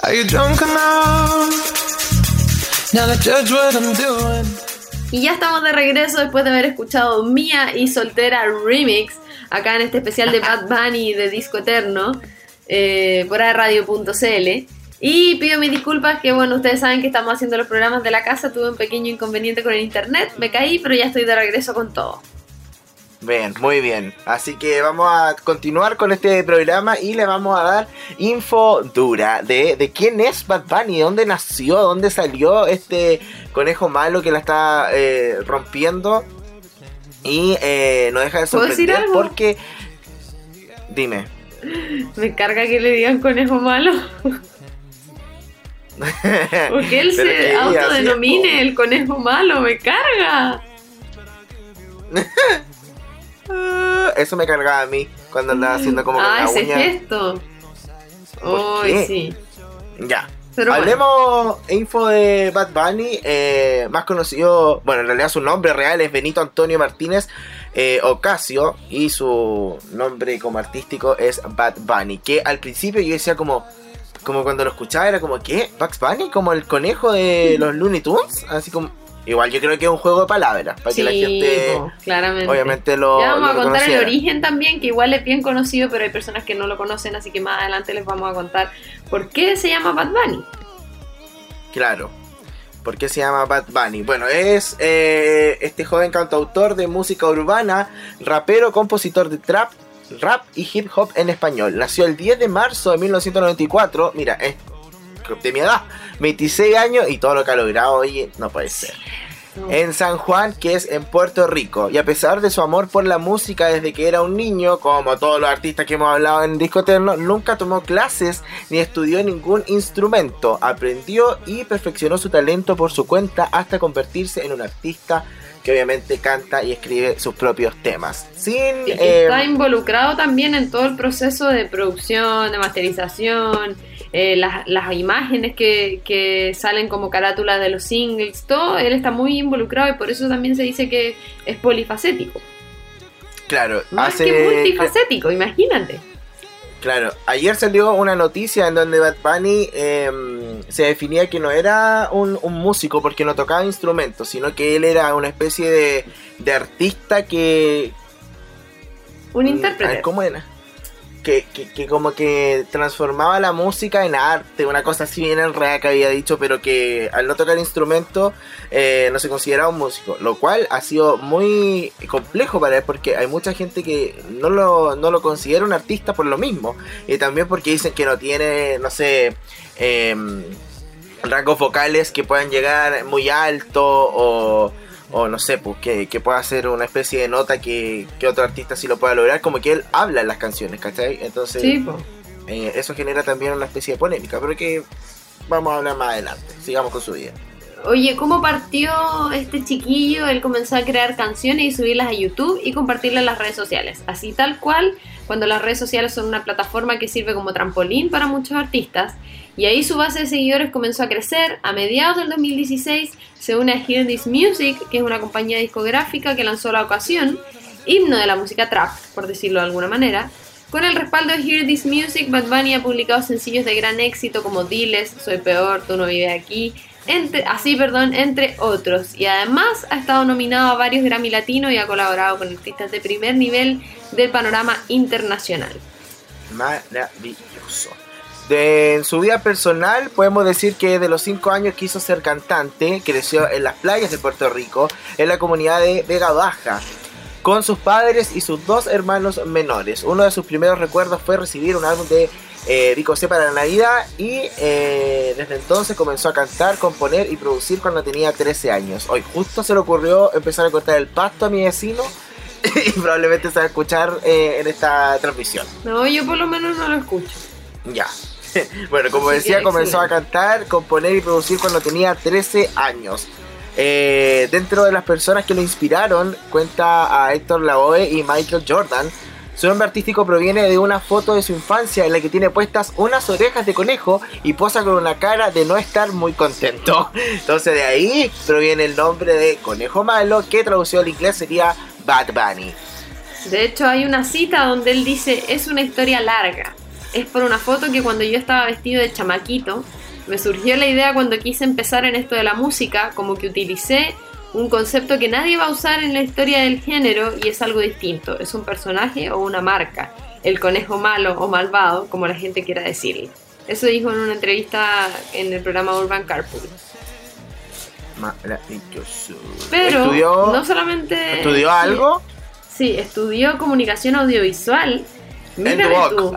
Are you drunk enough now to judge what I'm doing? Y ya estamos de regreso después de haber escuchado Mía y Soltera Remix acá en este especial de Bad Bunny de Disco Eterno por radio.cl. Y pido mis disculpas que, bueno, ustedes saben que estamos haciendo los programas de la casa. Tuve un pequeño inconveniente con el internet, me caí, pero ya estoy de regreso con todo. Bien, muy bien. Así que vamos a continuar con este programa y le vamos a dar info dura de quién es Bad Bunny, de dónde nació, dónde salió este conejo malo que la está rompiendo. Y no deja de sorprender. ¿Puedo decir algo? Porque... Dime. Me carga que le digan conejo malo. Porque él se autodenomine el conejo malo, me carga. Eso me cargaba a mí cuando andaba haciendo como con la ese uña. Gesto. Uy, sí. Ya. Pero hablemos info de Bad Bunny, más conocido, bueno, en realidad su nombre real es Benito Antonio Martínez Ocasio, y su nombre como artístico es Bad Bunny, que al principio yo decía como cuando lo escuchaba era como, ¿qué? ¿Bugs Bunny? ¿Como el conejo de los Looney Tunes? Así como... Igual yo creo que es un juego de palabras para que la gente claramente. Obviamente lo ya vamos a contar reconociera. El origen también, que igual es bien conocido, pero hay personas que no lo conocen, así que más adelante les vamos a contar por qué se llama Bad Bunny. Claro, ¿por qué se llama Bad Bunny? Bueno, es este joven cantautor de música urbana, rapero, compositor de trap, rap y hip hop en español. Nació el 10 de marzo de 1994, mira, es de mi edad, 26 años, y todo lo que ha logrado, oye, no puede ser. En San Juan, que es en Puerto Rico, y a pesar de su amor por la música desde que era un niño, como todos los artistas que hemos hablado en Disco Eterno, nunca tomó clases ni estudió ningún instrumento. Aprendió y perfeccionó su talento por su cuenta hasta convertirse en un artista que obviamente canta y escribe sus propios temas. Está involucrado también en todo el proceso de producción, de masterización, las imágenes que salen como carátula de los singles, todo. Él está muy involucrado y por eso también se dice que es polifacético. Claro, más que multifacético, imagínate. Claro, ayer salió una noticia en donde Bad Bunny se definía que no era un músico porque no tocaba instrumentos, sino que él era una especie de artista que... Un intérprete. A ver, ¿cómo era? Que como que transformaba la música en arte, una cosa así bien enredada que había dicho, pero que al no tocar instrumento no se consideraba un músico, lo cual ha sido muy complejo para él porque hay mucha gente que no lo considera un artista por lo mismo, y también porque dicen que no tiene, no sé, rangos vocales que puedan llegar muy alto o no sé, pues que pueda hacer una especie de nota que otro artista sí lo pueda lograr, como que él habla en las canciones, ¿cachai? Entonces sí, eso genera también una especie de polémica, pero que vamos a hablar más adelante. Sigamos con su vida. Oye, ¿cómo partió este chiquillo? Él comenzó a crear canciones y subirlas a YouTube y compartirlas en las redes sociales, así tal cual, cuando las redes sociales son una plataforma que sirve como trampolín para muchos artistas. Y ahí su base de seguidores comenzó a crecer. A mediados del 2016 se une a Hear This Music, que es una compañía discográfica que lanzó la ocasión, himno de la música trap, por decirlo de alguna manera. Con el respaldo de Hear This Music, Bad Bunny ha publicado sencillos de gran éxito como Diles, Soy Peor, Tú No Vives Aquí, entre otros. Y además ha estado nominado a varios Grammy Latinos y ha colaborado con artistas de primer nivel del panorama internacional. Maravilloso. En su vida personal podemos decir que de los 5 años quiso ser cantante. Creció en las playas de Puerto Rico, en la comunidad de Vega Baja, con sus padres y sus 2 hermanos menores. Uno de sus primeros recuerdos fue recibir un álbum de Vico C para la Navidad, y desde entonces comenzó a cantar, componer y producir cuando tenía 13 años. Hoy justo se le ocurrió empezar a cortar el pasto a mi vecino y probablemente se va a escuchar en esta transmisión. No, yo por lo menos no lo escucho. Ya. Bueno, como decía, comenzó a cantar, componer y producir cuando tenía 13 años. Dentro de las personas que lo inspiraron, cuenta a Héctor Lavoe y Michael Jordan. Su nombre artístico proviene de una foto de su infancia en la que tiene puestas unas orejas de conejo y posa con una cara de no estar muy contento. Entonces de ahí proviene el nombre de Conejo Malo, que traducido al inglés sería Bad Bunny. De hecho hay una cita donde él dice: es una historia larga. es por una foto que cuando yo estaba vestido de chamaquito, me surgió la idea cuando quise empezar en esto de la música, como que utilicé un concepto que nadie va a usar en la historia del género y es algo distinto, es un personaje o una marca, el conejo malo o malvado, como la gente quiera decirle. Eso dijo en una entrevista en el programa Urban Carpool. Maravilloso. Pero no solamente... ¿Estudió algo? Sí, estudió comunicación audiovisual. Mírame tú.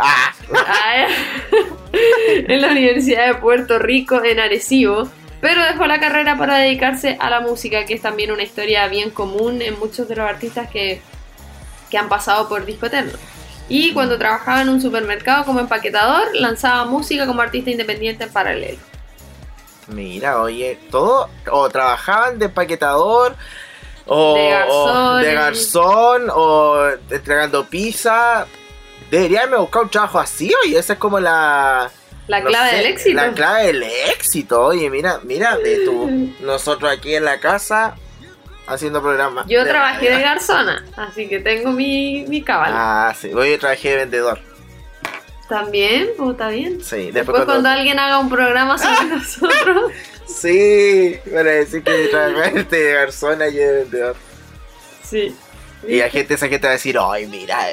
En la Universidad de Puerto Rico, en Arecibo, pero dejó la carrera para dedicarse a la música, que es también una historia bien común en muchos de los artistas que han pasado por Disco Eterno. Y cuando trabajaba en un supermercado como empaquetador, lanzaba música como artista independiente en paralelo. Mira, oye, todo, o trabajaban de empaquetador, o de garzón, o entregando pizza. Deberíamos buscar un trabajo así, oye, esa es como la clave del éxito. La clave del éxito, oye, mira, de tú, nosotros aquí en la casa haciendo programas. Yo trabajé de garzona, así que tengo mi cábala. Ah, sí, oye, trabajé de vendedor. También, pues está bien. Sí, después cuando alguien haga un programa sobre nosotros. Sí, para decir que trabajaste de garzona y de vendedor. Sí. Y esa gente va a decir, ay, mira,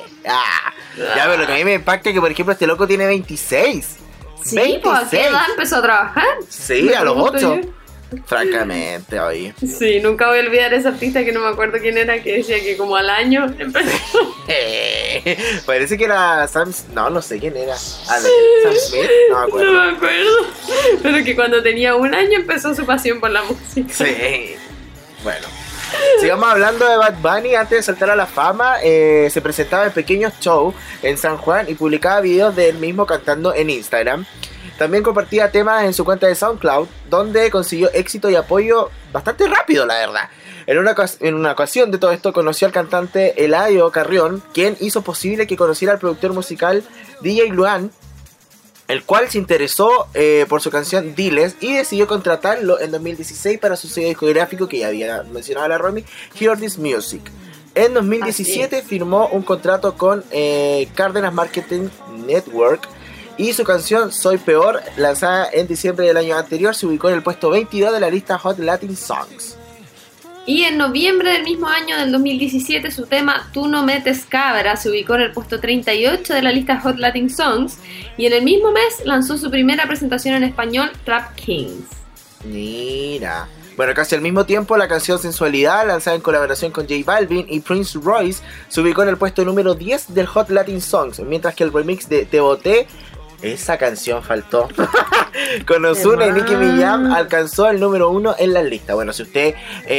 ya, pero lo que a mí me impacta es que, por ejemplo, este loco tiene 26. Sí, 26. pues ¿a qué edad empezó a trabajar? Sí, a los 8. Francamente, oye. Sí, nunca voy a olvidar a ese artista que no me acuerdo quién era, que decía que como al año empezó. Parece que era Sam... No sé quién era. A ver, Sam Smith, no me acuerdo. No me acuerdo. Pero que cuando tenía 1 año empezó su pasión por la música. Sí. Bueno. Sigamos hablando de Bad Bunny. Antes de saltar a la fama, se presentaba en pequeños shows en San Juan y publicaba videos de él mismo cantando en Instagram. También compartía temas en su cuenta de SoundCloud, donde consiguió éxito y apoyo bastante rápido, la verdad. En una ocasión de todo esto conoció al cantante Eladio Carrión, quien hizo posible que conociera al productor musical DJ Luan, el cual se interesó por su canción Diles y decidió contratarlo en 2016 para su sello discográfico que ya había mencionado la Romy, Hear This Music. En 2017 firmó un contrato con Cárdenas Marketing Network y su canción Soy Peor, lanzada en diciembre del año anterior, se ubicó en el puesto 22 de la lista Hot Latin Songs. Y en noviembre del mismo año, del 2017, su tema Tú no metes cabra se ubicó en el puesto 38 de la lista Hot Latin Songs. Y en el mismo mes lanzó su primera presentación en español, Trap Kings. Mira. Bueno, casi al mismo tiempo, la canción Sensualidad, lanzada en colaboración con J Balvin y Prince Royce, se ubicó en el puesto número 10 del Hot Latin Songs, mientras que el remix de Te Boté, esa canción faltó, con Ozuna y Nicki Minaj, alcanzó el número 1 en la lista. Bueno, si usted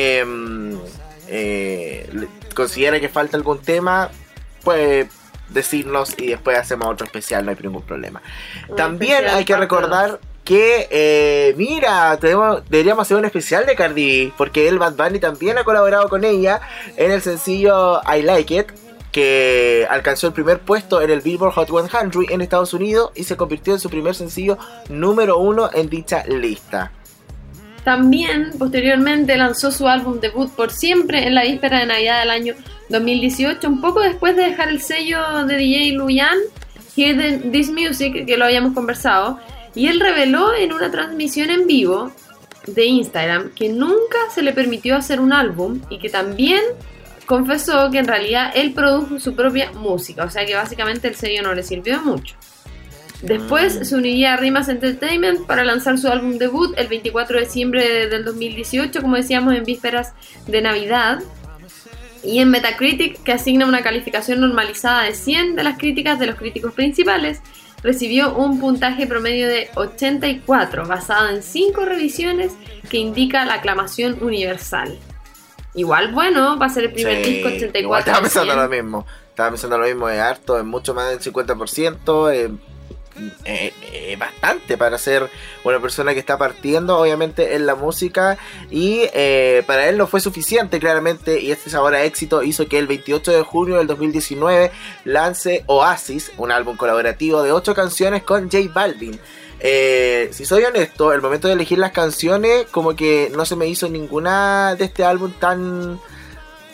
considera que falta algún tema, puede decirnos y después hacemos otro especial, no hay ningún problema. También hay que recordar que, mira, deberíamos hacer un especial de Cardi B, porque el Bad Bunny también ha colaborado con ella en el sencillo I Like It, que alcanzó el primer puesto en el Billboard Hot 100 en Estados Unidos y se convirtió en su primer sencillo número 1 en dicha lista. También, posteriormente, lanzó su álbum debut Por Siempre en la víspera de Navidad del año 2018, un poco después de dejar el sello de DJ Luyan, Hear This Music, que lo habíamos conversado, y él reveló en una transmisión en vivo de Instagram que nunca se le permitió hacer un álbum y que también confesó que en realidad él produjo su propia música, o sea que básicamente el sello no le sirvió de mucho. Después se uniría a Rimas Entertainment para lanzar su álbum debut el 24 de diciembre del 2018, como decíamos, en vísperas de Navidad. Y en Metacritic, que asigna una calificación normalizada de 100 de las críticas de los críticos principales, recibió un puntaje promedio de 84, basado en 5 revisiones que indica la aclamación universal. Igual bueno, va a ser el primer disco 84. Estaba pensando lo mismo, es harto, es mucho más del 50%, bastante para ser una persona que está partiendo obviamente en la música y para él no fue suficiente claramente, y este sabor a éxito hizo que el 28 de junio del 2019 lance Oasis, un álbum colaborativo de 8 canciones con J Balvin. Si soy honesto, el momento de elegir las canciones como que no se me hizo ninguna de este álbum tan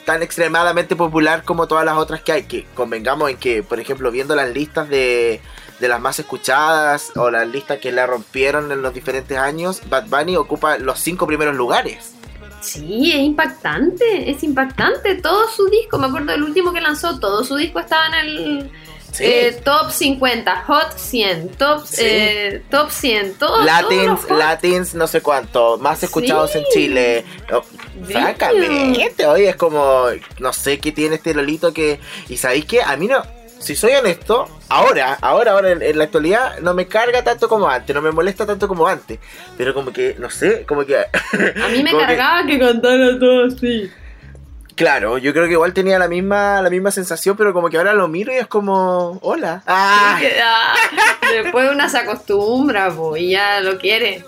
extremadamente popular como todas las otras que hay, que convengamos en que, por ejemplo, viendo las listas de de las más escuchadas o las listas que la rompieron en los diferentes años, Bad Bunny ocupa los 5 primeros lugares. Sí, es impactante todo su disco. Me acuerdo del último que lanzó, todo su disco estaba en el top 50, Hot 100, top 100, todos Latins, no sé cuánto, más escuchados en Chile. Francamente, oye, es como, no sé qué tiene este Lolito que... Y ¿sabéis qué? A mí no... Si soy honesto, ahora en la actualidad no me carga tanto como antes, no me molesta tanto como antes, pero como que, no sé, como que... A mí me cargaba que cantara todo así. Claro, yo creo que igual tenía la misma sensación, pero como que ahora lo miro y es como... Hola. ¡Ah! Después una se acostumbra, y ya lo quiere.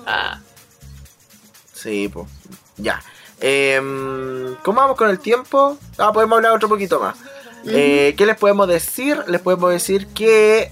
Sí, pues, ya. ¿Cómo vamos con el tiempo? Podemos hablar otro poquito más. ¿Qué les podemos decir? Les podemos decir que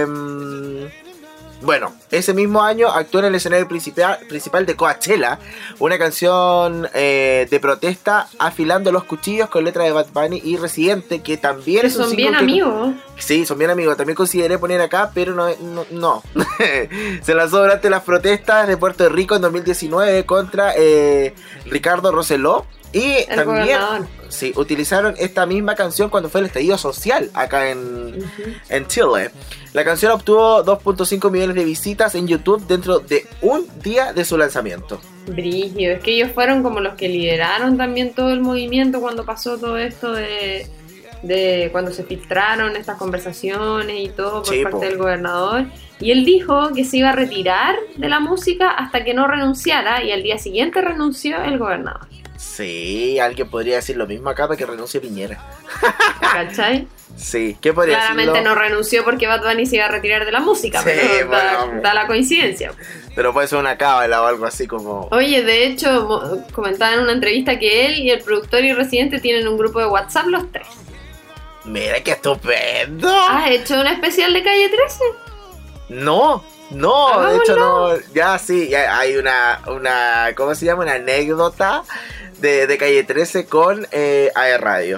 bueno, ese mismo año actuó en el escenario principal de Coachella, una canción de protesta, Afilando los Cuchillos, con letra de Bad Bunny y Residente, que también es un son bien amigos. Sí, son bien amigos. También consideré poner acá, pero no. Se lanzó durante las protestas de Puerto Rico en 2019 contra Ricardo Rosselló. Y el también gobernador. Sí, utilizaron esta misma canción cuando fue el estallido social acá en Chile. La canción obtuvo 2.5 millones de visitas en YouTube dentro de un día de su lanzamiento. Brígido, es que ellos fueron como los que lideraron también todo el movimiento cuando pasó todo esto de cuando se filtraron estas conversaciones y todo por parte del gobernador. Y él dijo que se iba a retirar de la música hasta que no renunciara, y al día siguiente renunció el gobernador. Sí, alguien podría decir lo mismo acá para que renuncie Piñera. ¿Cachai? Sí, ¿qué podría decir? Claramente no renunció porque Bad Bunny se iba a retirar de la música, sí, pero da la coincidencia. Pero puede ser una cábala o algo así como... Oye, de hecho, comentaba en una entrevista que él y el productor y Residente tienen un grupo de WhatsApp los tres. Mira, qué estupendo. ¿Has hecho un especial de Calle 13? No, de hecho no. Ya sí, ya hay una ¿cómo se llama? Una anécdota de Calle 13 con AE Radio.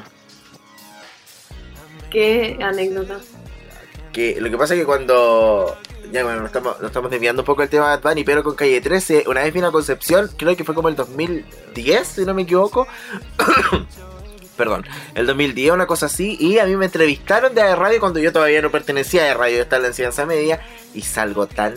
¿Qué anécdota? Que lo que pasa es que cuando... Ya bueno, nos estamos desviando un poco el tema de Bad Bunny, pero con Calle 13, una vez vino a Concepción, creo que fue como el 2010, si no me equivoco. Perdón, el 2010, una cosa así, y a mí me entrevistaron de AE Radio cuando yo todavía no pertenecía a AE Radio, yo estaba en la enseñanza media, y salgo tan...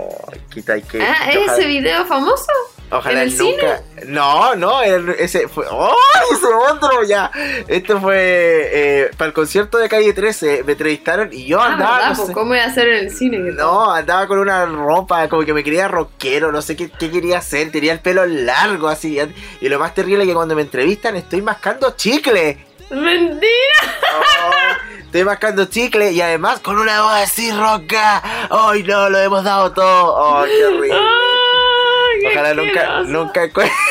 ¿Ese video famoso? Ojalá ¿En el nunca... cine? No, ese fue... ¡Oh! Ese otro ya. Este fue para el concierto de Calle 13. Me entrevistaron y yo andaba... ¿verdad? No sé, ¿cómo iba a hacer en el cine? No, andaba con una ropa, como que me quería rockero, no sé qué quería hacer. Tenía el pelo largo así. Y lo más terrible es que cuando me entrevistan estoy mascando chicle. ¡Mentira! Estoy mascando chicle y además con una voz así roca. ¡Ay, no! Lo hemos dado todo. ¡Ay, qué horrible! Ojalá nunca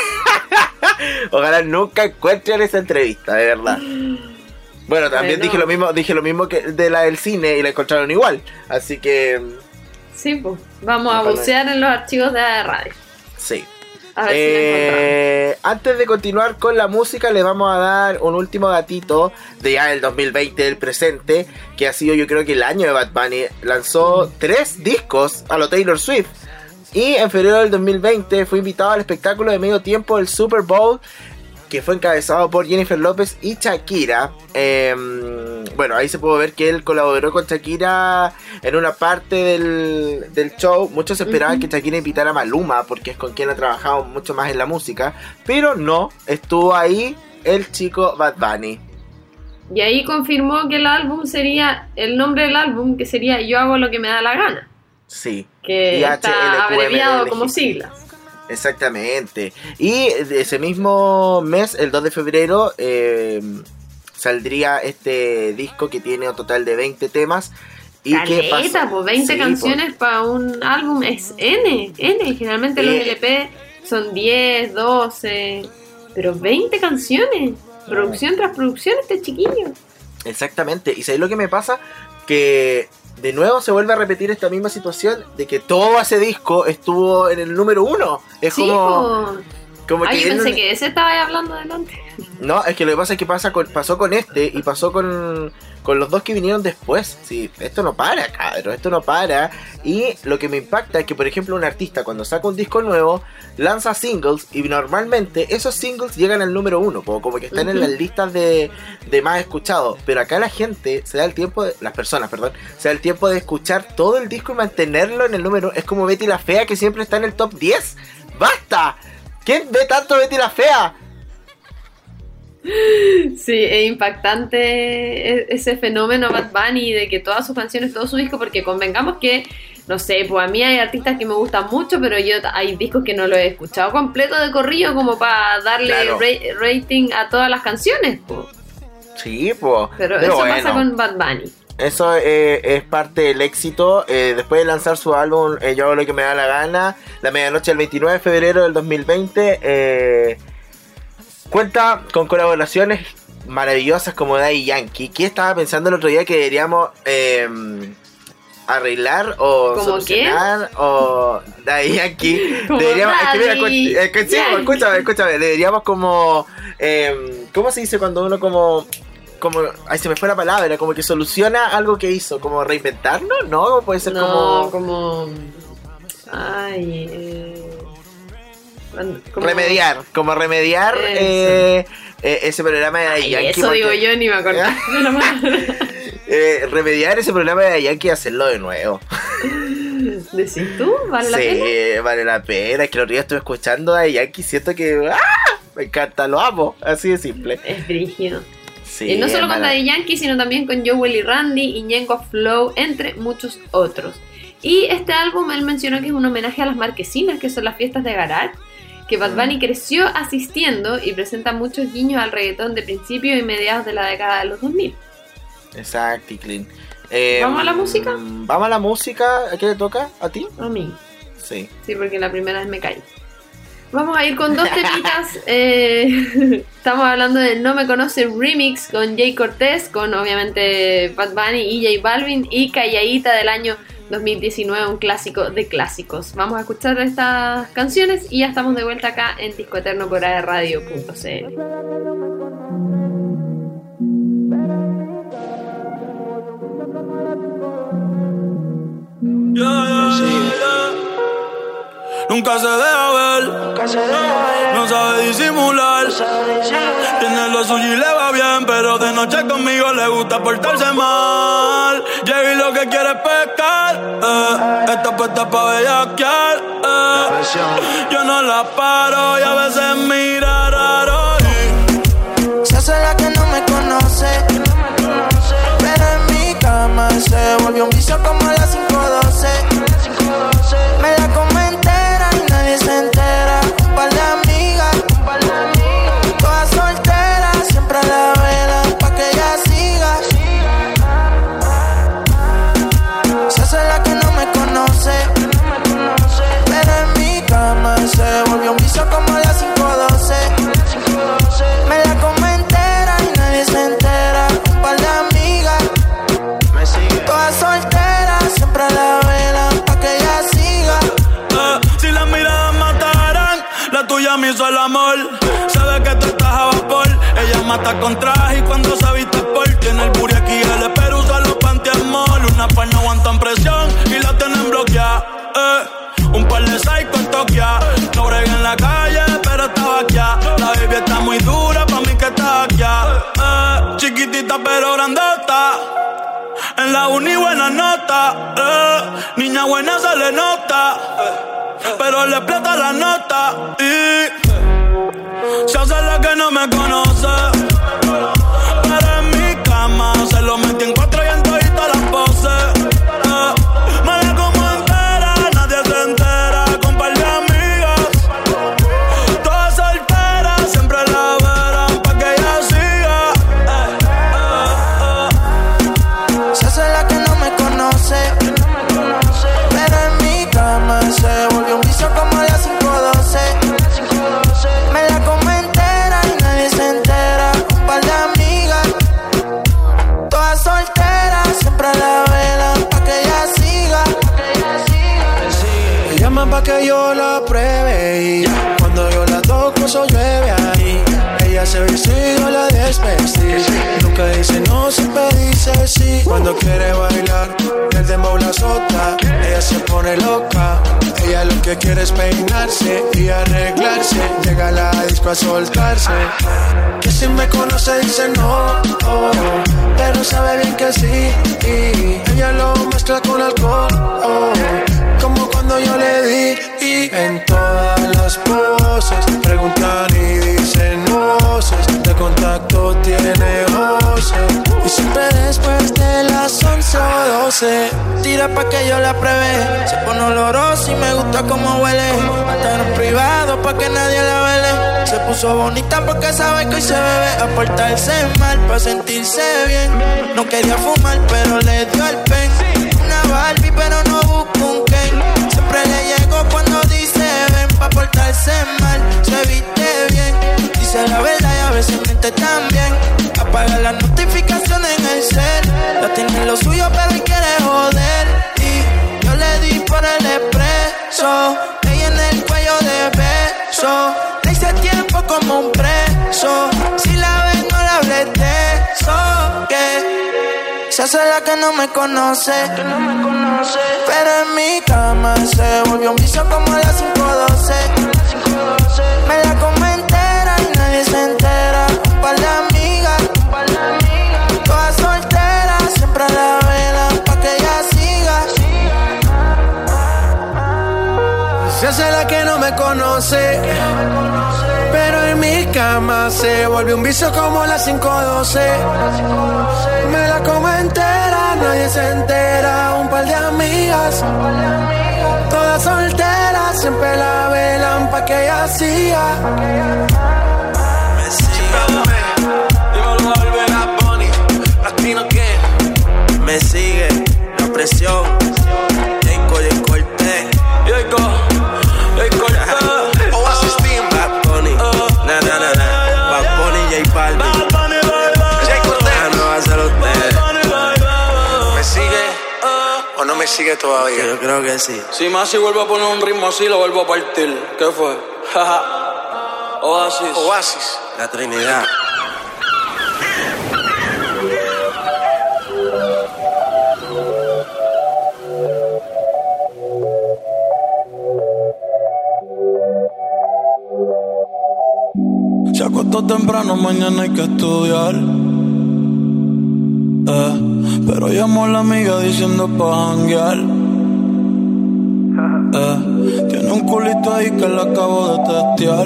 Ojalá nunca encuentren esa entrevista, de verdad. Bueno, también dije lo mismo que de la del cine y la encontraron igual. Así que... Sí, pues. Vamos a bucear en los archivos de la radio. Sí. A ver si la encontramos. Antes de continuar con la música, les vamos a dar un último datito de ya del 2020, del presente, que ha sido yo creo que el año de Bad Bunny. Lanzó 3 discos a lo Taylor Swift. Y en febrero del 2020 fue invitado al espectáculo de medio tiempo del Super Bowl, que fue encabezado por Jennifer López y Shakira. Bueno, ahí se pudo ver que él colaboró con Shakira en una parte del show. Muchos esperaban que Shakira invitara a Maluma, porque es con quien ha trabajado mucho más en la música. Pero no, estuvo ahí el chico Bad Bunny. Y ahí confirmó que el nombre del álbum, que sería Yo hago lo que me da la gana. Sí. Que está abreviado como siglas. Exactamente. Y ese mismo mes, el 2 de febrero, saldría este disco que tiene un total de 20 temas. ¿Y qué pasa? Pues 20 canciones para un álbum es N. Generalmente los LP son 10, 12, pero 20 canciones. Producción tras producción este chiquillo. Exactamente. ¿Y sabes lo que me pasa? Que de nuevo se vuelve a repetir esta misma situación de que todo ese disco estuvo en el número 1. Es sí, como... Como Ay, que yo él pensé no- que ese estaba hablando delante. No, es que lo que pasa es que pasó con este y pasó con los dos que vinieron después. Sí, esto no para, cabrón, esto no para. Y lo que me impacta es que, por ejemplo, un artista cuando saca un disco nuevo, lanza singles y normalmente esos singles llegan al número 1, como que están en las listas de más escuchados. Pero acá la gente se da el tiempo, las personas, perdón, se da el tiempo de escuchar todo el disco y mantenerlo en el número. Es como Betty la Fea, que siempre está en el top 10. ¡Basta! ¿Quién ve tanto Betty la Fea? Sí, es impactante ese fenómeno Bad Bunny de que todas sus canciones, todo su disco, porque convengamos que, no sé, pues a mí hay artistas que me gustan mucho, pero yo hay discos que no los he escuchado completo de corrido como para darle Claro. rating a todas las canciones, pues. Sí, pues. Pero eso pasa con Bad Bunny. Eso es parte del éxito. Después de lanzar su álbum Yo hago lo que me da la gana, la medianoche del 29 de febrero del 2020, cuenta con colaboraciones maravillosas como Daddy Yankee. ¿Qué estaba pensando el otro día que deberíamos arreglar o ¿Cómo solucionar? O Daddy Yankee. Como Deberíamos, Daddy sí, Yankee. escúchame. Deberíamos como... ¿cómo se dice cuando uno como... Ay, se me fue la palabra, como que soluciona algo que hizo, como reinventarlo, ¿no? Puede ser como Ay, como remediar, ese programa de Daddy Ay, Yankee. eso porque- digo yo, ni me acuerdo de la palabra. remediar ese programa de Daddy Yankee y hacerlo de nuevo. ¿Decís tú? ¿Vale la pena? Sí, vale la pena. Es que los días estuve escuchando a Daddy Yankee y siento que me encanta, lo amo, así de simple. Es brígido. Sí, Y no solo con mala- Daddy Yankee, sino también con Jowell y Randy y Ñengo Flow, entre muchos otros. Y este álbum él mencionó que es un homenaje a las marquesinas, que son las fiestas de garage, que Bad Bunny creció asistiendo y presenta muchos guiños al reggaetón de principios y mediados de la década de los 2000. Exacto, Clean. ¿Vamos a la música? Vamos a la música. ¿A qué le toca? ¿A ti? A mí. Sí. Sí, porque la primera vez me caí. Vamos a ir con dos temitas. Estamos hablando de No Me Conoce Remix con Jay Cortés, con obviamente Bad Bunny y J Balvin, y Calladita del año 2019, un clásico de clásicos. Vamos a escuchar estas canciones y ya estamos de vuelta acá en Disco Eterno por aerradio.cl. Nunca se deja ver, no sabe disimular. Tiene lo suyo y le va bien, pero de noche conmigo le gusta portarse mal. Llegué y lo que quiere es pescar, está puesta pa' bellaquear. Yo no la paro y a veces mira raro. Se hace la que no me conoce, pero en mi cama se volvió un vicio como a las 5:12. Me la como entera y nadie se entera. Un par de amigas, todas solteras, siempre a la vela pa' que ella siga. Se hace la que no me conoce, pero en mi cama se volvió un vicio como a las 5:12. Me la como entera y nadie se entera. Un par de amigas, todas solteras, siempre a la vela pa' que ella siga. Si las miradas mataran, la tuya me hizo el amor. Sabe que tú estás a vapor. Ella mata con traje y cuando se viste por. Tiene el booty aquí, el espero usa los pantiamol. Una par no aguantan presión y la tienen bloqueada. Un par de psycho en Tokia. No bregué en la calle, pero estaba aquí. La baby está muy dura, pa' mí que está aquí. Chiquitita pero grandota. En la uni buena nota. Niña buena se le nota. Pero le explota la nota. Y se hace la que no me conoce. Pero en mi cama se lo metí en 4 y en todita las poses. Me la como entera, nadie se entera. Con par de amigas, todas solteras, siempre la verán pa' que ella siga. Se hace la que no me conoce, pero en mi cama se volvió un vicio como a las 5:12. Me la como entera y nadie se entera. Un par de amigas, todas solteras. llama pa' que yo la pruebe y cuando yo la toco eso llueve ahí. Ella se viste y yo la desvestí. Nunca dice no, siempre dice sí. Cuando quiere bailar, el dembow la azota. Ella se pone loca. Ella lo que quiere es peinarse y arreglarse. Llega a la disco a soltarse. Que si me conoce dice no, oh, pero sabe bien que sí. Y ella lo mezcla con alcohol, oh, como cuando yo le di. Y en todas las poses preguntan y dicen voces. De contacto tiene voces. Y siempre después de las 11 o 12 tira pa' que yo la pruebe. Se pone olorosa y me gusta como huele. Hasta en privado pa' que nadie la vele. Se puso bonita porque sabe que hoy se bebe. A portarse mal pa' sentirse bien. No quería fumar pero le dio el pen. Una Barbie pero no busca un Ken. Siempre le llego cuando dice ven. Pa' portarse mal se viste bien. Dice la verdad y a veces miente también. Apaga las notificaciones en el cel. La tiene lo suyo pero hoy quiere joder. Y yo le di por el expreso. Ella en el cuello de beso. Le hice tiempo como un preso. Si la ves no la hables de eso. Que se hace la que no me conoce. Pero en mi cama se volvió un vicio como a las 5:12. Me la como entera y nadie se entera. Un par de amigas, todas solteras, siempre la velan pa' que ella siga. Se hace la que no me conoce. Pero en mi cama se volvió un vicio como a las 5:12. Me la como entera, nadie se entera. Un par de amigas, todas solteras, siempre la velan pa' que ella siga. Me sigue, dímelo al ver a Bonnie, Latino que me sigue, la presión, Jayco Cortez, Jayco Cortez, Oasis Team, Bad Bunny, Bad Bunny, J Balvin, Jay Cortez, no va a ser usted. ¿Me sigue o no me sigue todavía? Yo creo que sí. Si Masi vuelve a poner un ritmo así, lo vuelvo a partir. ¿Qué fue? Oasis, la Trinidad. Se acostó temprano, mañana hay que estudiar. Pero llamó a la amiga diciendo pa' janguear. Tiene un culito ahí que la acabo de testear.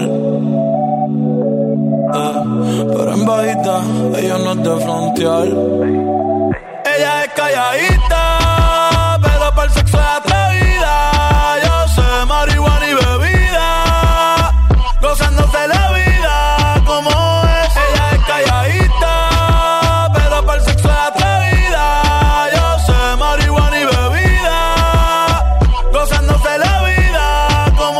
Pero en bajita, ella no es de frontear. Ella es calladita, pero para el sexo es atrevida. Yo sé marihuana y bebida, gozándose la vida como es. Ella es calladita, pero para el sexo es atrevida. Yo sé marihuana y bebida, gozándose la vida como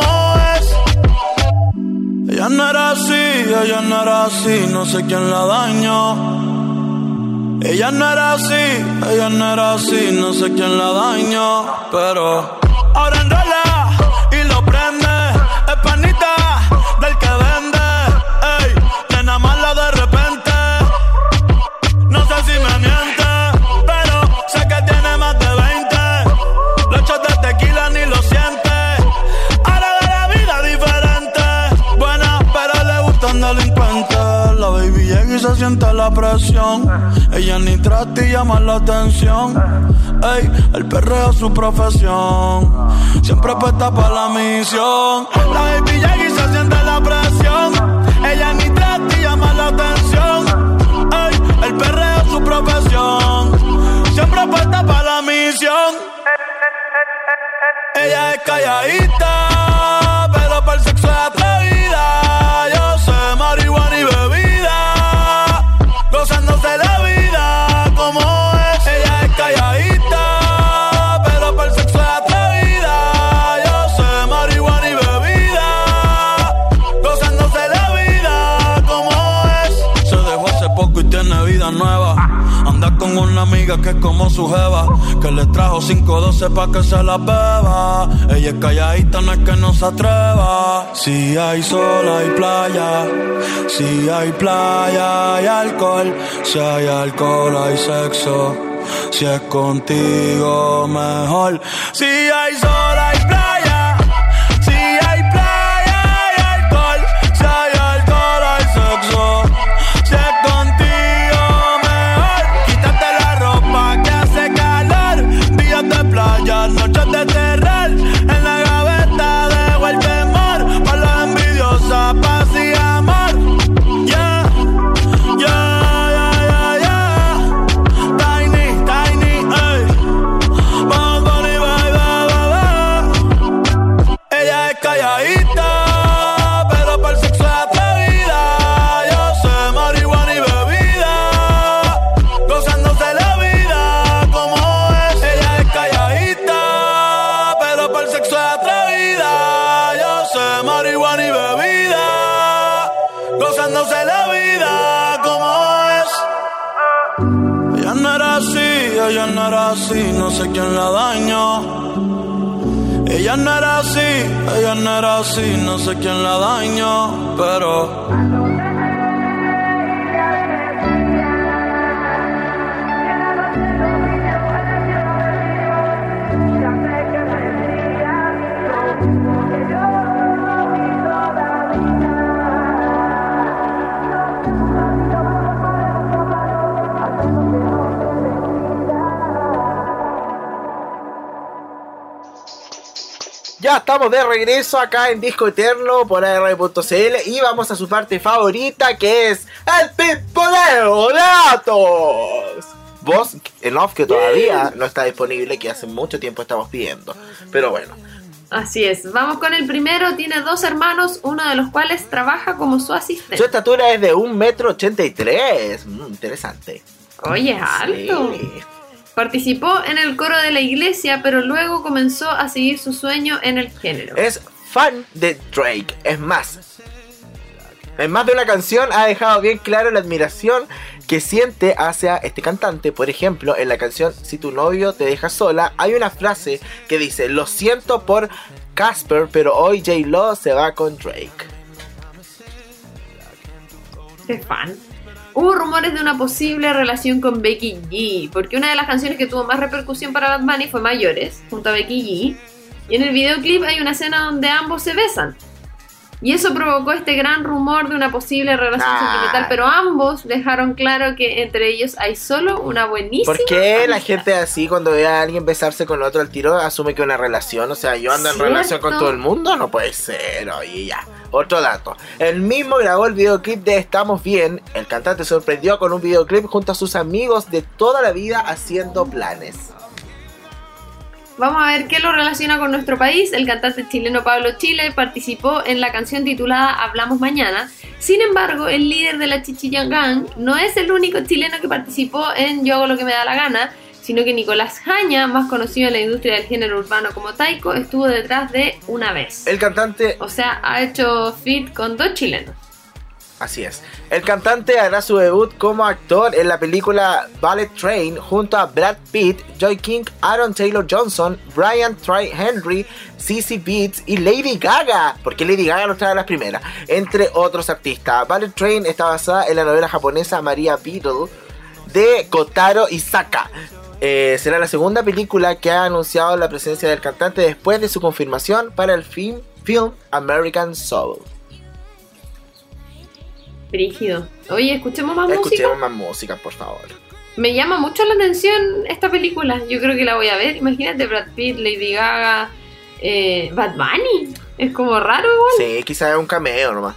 es. Ella no era así, no sé quién la dañó. Ella no era así, no sé quién la dañó. Pero ahora enrola y lo prende. Es panita del que vende. Ey, nena mala de repente. No sé si me miente, pero sé que tiene más de 20. Los shots de tequila ni lo siente. Ahora de la vida diferente. Buena, pero le gustan delincuentes. La baby llega y se siente la presión. Ella ni trata y llama la atención. Ey, el perreo es su profesión. Siempre puesta para la misión. La baby llega y se siente la presión. Ella ni trata y llama la atención. Ey, el perreo es su profesión. Siempre puesta para la misión. Ella es calladita, pero para el sexo es atrevida. Yo sé marihuana y bebida, gozándose la vida como es. Ella es calladita, pero para el sexo es atrevida. Yo sé marihuana y bebida, gozándose la vida como es. Se dejó hace poco y tiene vida nueva. Anda con tengo una amiga que es como su jeva, que le trajo 512 pa' que se la beba. Ella es calladita, no es que no se atreva. Si hay sol, hay playa. Si hay playa, hay alcohol. Si hay alcohol, hay sexo. Si es contigo, mejor. Si hay sol, hay playa. Si hay playa, hay alcohol. Si hay alcohol, hay sexo. Si es contigo, mejor. Quítate la ropa que hace calor. Días de playa, noches de terror. En la gaveta dejo el temor. Pa' las envidiosas, paz y amor. Yeah, yeah, yeah, yeah, yeah. Tiny, tiny, ey. Vamos, Bunny, bye, bye, bye, bye. Ella es calladita, pero para el sexo es atrevida. Yo sé marihuana y bebida, gozándose la vida como es. Ella es calladita, pero para el sexo es atrevida. Yo sé marihuana y bebida, gozándose la vida como es. Ella no era así, ella no era así, no sé quién la dañó. Ella no era así, ella no era así, no sé quién la dañó, pero Ya estamos de regreso acá en Disco Eterno por AR.cl y vamos a su parte favorita, que es el pipoleo de datos. Voz en off que todavía no está disponible, que hace mucho tiempo estamos pidiendo, pero bueno. Así es, vamos con el primero. Tiene 2 hermanos, uno de los cuales trabaja como su asistente. Su estatura es de 1,83 m. Interesante. Oye, es alto. Sí. Participó en el coro de la iglesia, pero luego comenzó a seguir su sueño en el género. Es fan de Drake. Es más, en más de una canción ha dejado bien claro la admiración que siente hacia este cantante. Por ejemplo, en la canción Si tu novio te deja sola, hay una frase que dice: lo siento por Casper, pero hoy J-Lo se va con Drake. ¿Qué fan? Hubo rumores de una posible relación con Becky G, porque una de las canciones que tuvo más repercusión para Bad Bunny fue Mayores, junto a Becky G, y en el videoclip hay una escena donde ambos se besan. Y eso provocó este gran rumor de una posible relación sentimental, pero ambos dejaron claro que entre ellos hay solo una buenísima ¿Por qué amistad? la gente así, cuando ve a alguien besarse con otro al tiro, asume que es una relación? O sea, yo ando en ¿Cierto? relación con todo el mundo, no puede ser. Oye, ya. Otro dato. Él mismo grabó el videoclip de Estamos Bien. El cantante sorprendió con un videoclip junto a sus amigos de toda la vida haciendo planes. Vamos a ver qué lo relaciona con nuestro país. El cantante chileno Pablo Chile participó en la canción titulada Hablamos Mañana. Sin embargo, el líder de la Chichilla Gang no es el único chileno que participó en Yo hago lo que me da la gana, sino que Nicolás Jaña, más conocido en la industria del género urbano como Taiko, estuvo detrás de Una Vez. El cantante... O sea, ha hecho feat con 2 chilenos. Así es. El cantante hará su debut como actor en la película Bullet Train junto a Brad Pitt, Joy King, Aaron Taylor Johnson, Brian Tyree Henry, CeCe Beats y Lady Gaga, porque Lady Gaga no trae las primeras, entre otros artistas. Bullet Train está basada en la novela japonesa Maria Beetle de Kotaro Isaka. Será la segunda película que ha anunciado la presencia del cantante después de su confirmación para el film American Soul. Brígido. Oye, escuchemos más música. Escuchemos más música, por favor. Me llama mucho la atención esta película. Yo creo que la voy a ver. Imagínate Brad Pitt, Lady Gaga, Bad Bunny. Es como raro igual. Sí, quizás es un cameo nomás.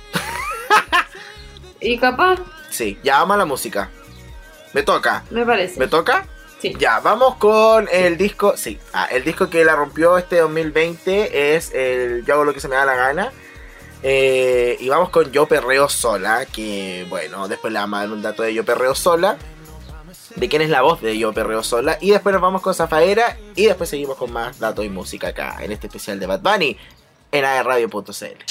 Y capaz, Sí, ya vamos a la música. Me toca. me parece. ¿Me toca? Sí. Ya, vamos con el disco. Sí, el disco que la rompió este 2020 es el Yo hago lo que se me da la gana. Y vamos con Yo perreo sola. Que bueno, después le vamos a dar un dato de Yo perreo sola, de quién es la voz de Yo perreo sola. Y después nos vamos con Zafaera. Y después seguimos con más datos y música acá en este especial de Bad Bunny en ARradio.cl.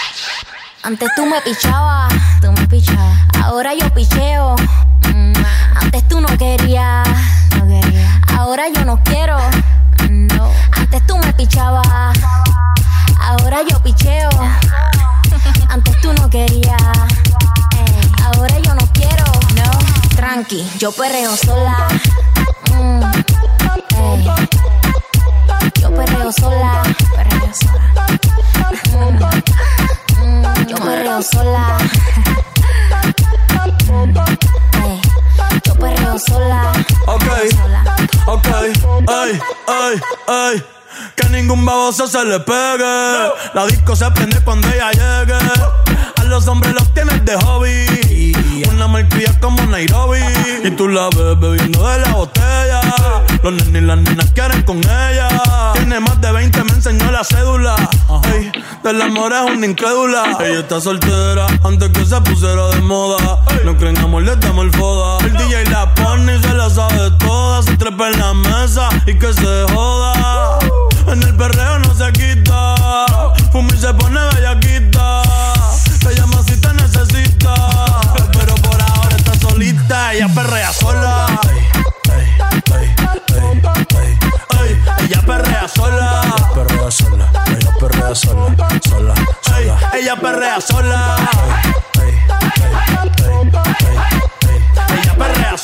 Antes tú me pichabas, ahora yo picheo. Antes tú no querías, ahora yo no quiero. No. Antes tú me pichabas, ahora yo picheo. Antes tú no querías, ahora yo no quiero. No, tranqui, yo perreo sola. Yo perreo sola. Yo perreo sola. Yo perreo sola. Ok, ey. Que ningún baboso se le pegue. La disco se prende cuando ella llegue. A los hombres los tienes de hobby. Una malcria como Nairobi. Y tú la ves bebiendo de la botella. Los nenes y las nenas quieren con ella. Tiene más de 20, me enseñó la cédula. Ey, del amor es una incrédula. Ella está soltera antes que se pusiera de moda. No creen amor, le damos el foda. El DJ la pone y se la sabe toda. Se trepa en la mesa y que se joda. En el perreo no se quita. Fuma y se pone bellaquita. Te llama si te necesita. Pero por ahora está solita. Ella perrea sola. Ella perrea sola. Ella perrea sola. Ella perrea sola. Ella perrea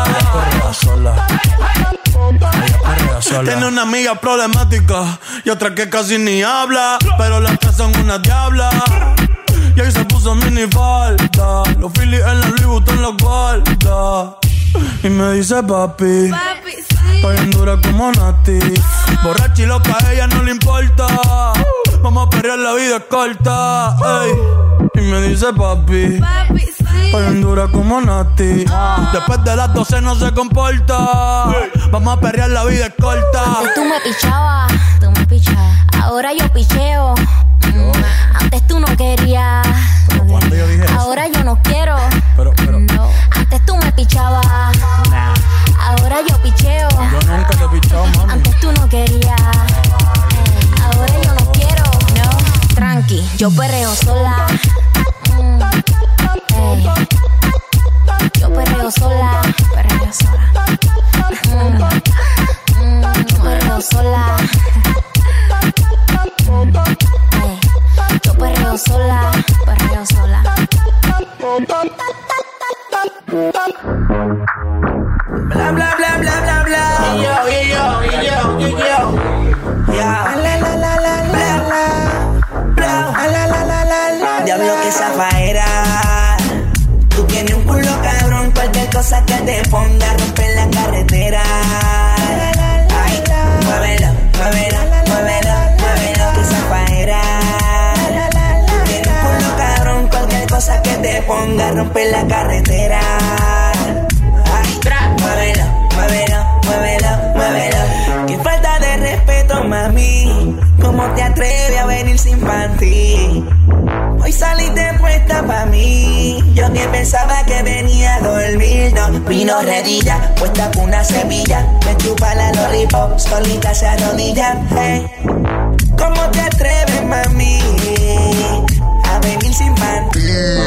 sola. Tiene una amiga problemática y otra que casi ni habla, pero las tres son una diabla. Y ahí se puso mini falta, los Phillies en la Louis Vuitton los guarda. Y me dice papi, estoy en dura como Nati. Borracha y loca, a ella no le importa. Vamos a perrear, la vida es corta. Ey. Y me dice papi, estoy en dura como Nati. Después de las 12 no se comporta. Vamos a perrear, la vida es corta. Antes tú me pichabas, ahora yo picheo. Antes tú no querías, ahora yo no quiero. Pero. No. Antes tú me pichabas, ahora yo picheo. Yo nunca te he pichado, mami. Antes tú no querías, ahora yo no quiero. No, tranqui, yo perreo sola. Yo perreo sola. Yo perreo sola. Yo perreo sola. Bla bla bla bla bla bla. Y yo. Ya. La. Diablo que zafaera. Tú tienes un culo cabrón, cualquier cosa que te ponga a romper la carretera. Ay, muévelo, que zafaera. Tú tienes un culo cabrón, cualquier cosa que te ponga a romper la carretera. Muévelo. Qué falta de respeto, mami. ¿Cómo te atreves a venir sin panty? Hoy saliste puesta pa' mí. Yo que pensaba que venía a dormir. No, vino redilla, puesta con una semilla. Me chupa la lollipop, solita se arrodilla. Hey. ¿Cómo te atreves, mami, a venir sin panty?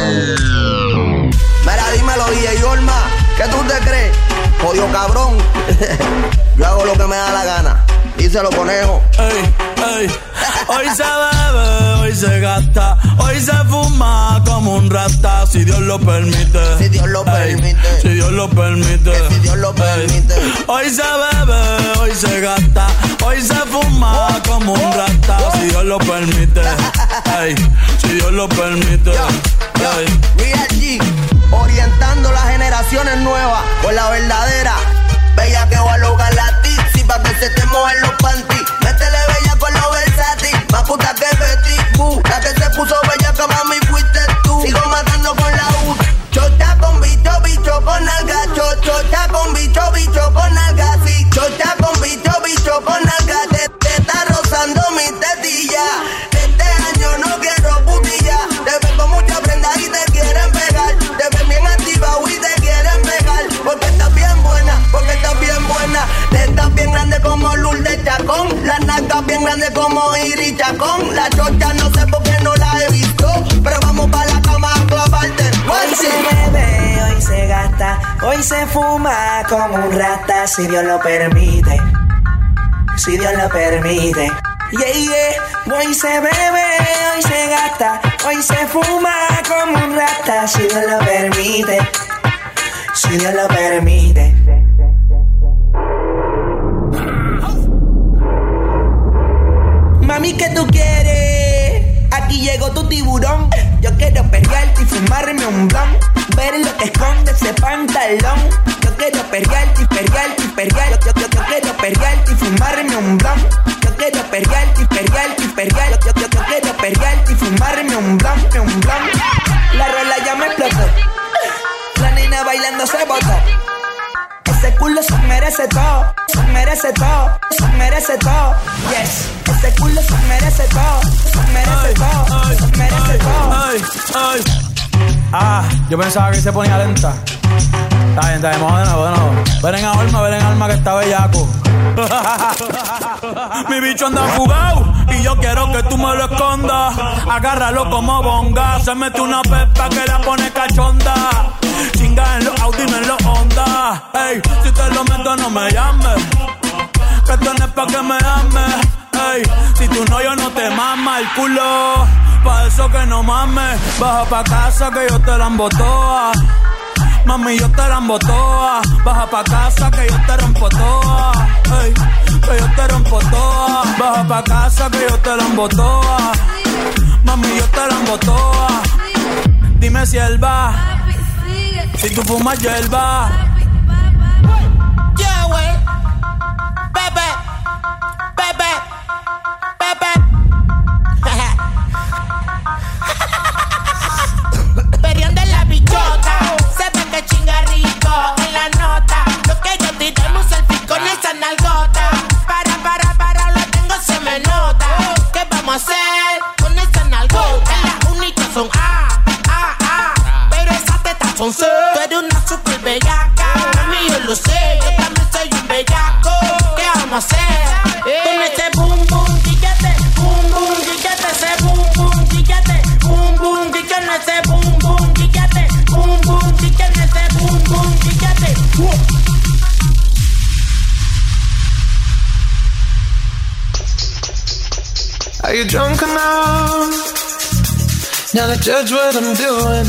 Mira, dímelo, DJ Olma, ¿qué tú te crees? Jodido cabrón. Yo hago lo que me da la gana. Díselo, conejo. Ey. Hoy se bebe, hoy se gasta, hoy se fuma como un rata, si Dios lo permite. Si Dios lo permite. Si Dios lo permite. Si Dios lo permite. Hoy se bebe, hoy se gasta, hoy se fuma como un rata, si Dios lo permite. Ey, si Dios lo permite. Real G, orientando las generaciones nuevas con la verdadera. Bella que va a lograr la tipsy pa' que se te mojen los panties. Métele bella con los versátil, más puta que Betty Boo. La que se puso bella que mami fuiste tú. Sigo matando con la U. Chota con bicho con alga. Chota con bicho con alga. Sí, chota con bicho con alga. Te está rozando mi tetilla. Este año no quiero putilla. Te ves con mucha prenda y te quieren pegar. Te ves bien activado y te quieren pegar. Porque estás bien buena. Te estás bien grande como Lourdes Chacón. Las nalgas bien grandes como Iri Chacón. La chocha no sé por qué no la he visto, pero vamos pa' la cama a clavarte. Hoy se bebe, hoy se gasta, hoy se fuma como un rata, si Dios lo permite. Si Dios lo permite. Yeah, yeah. Hoy se bebe, hoy se gasta, hoy se fuma como un rata, si Dios lo permite. Si Dios lo permite. Mami, ¿qué tú quieres? Aquí llegó tu tiburón. Yo quiero perrearte y fumarme un blon. Ver lo que esconde ese pantalón. Yo quiero perrearte y perrearte y perrearte. Yo quiero perrearte y fumarme un blon. Yo quiero perrearte y perrearte y perrearte. Yo quiero perrearte y fumarme un blon. La rola ya me explotó. La nena bailando se botó. Ese culo se merece todo, se merece todo, se merece todo. Yes, ese culo se merece todo, se merece todo, se merece todo. Yo pensaba que se ponía lenta. Está bien, vamos de nuevo. Ven en alma que está bellaco. Mi bicho anda jugado y yo quiero que tú me lo escondas. Agárralo como bonga. Se mete una pepa que la pone cachonda. Chinga en los Audi, no en los Honda. Ey, si te lo meto no me llames, que esto no es pa' que me ames. Ey, si tú no, yo no te mama el culo. Pa' eso que no mames. Baja pa' casa que yo te la embotoa. Mami, yo te la embotoa. Baja pa' casa que yo te rompo toa. Ey, que yo te rompo toa. Baja pa' casa que yo te la embotoa. Mami, yo te la embotoa. Dime si él va, si tú fumas hierba. Yeah, wey. Bebe. Perión de la bichota. Se ve que chinga rico en la nota. Lo que yo tiramos selfie con esa nalgota. Para, lo tengo, se me nota. ¿Qué vamos a hacer con esa nalgota? Las únicas son pero esas tetas son C. Tú eres una super bellaca. Mami, yo lo sé, yo también soy un bellaco. ¿Qué vamos a hacer? Con ese boom, boom, guillate. Boom, boom, guillate. Ese boom, boom, guillate. Boom, boom, guillate. Ese boom, boom, guillate. Boom, boom, guillate. Ese boom, boom, guillate. Are you drunk enough now to judge what I'm doing?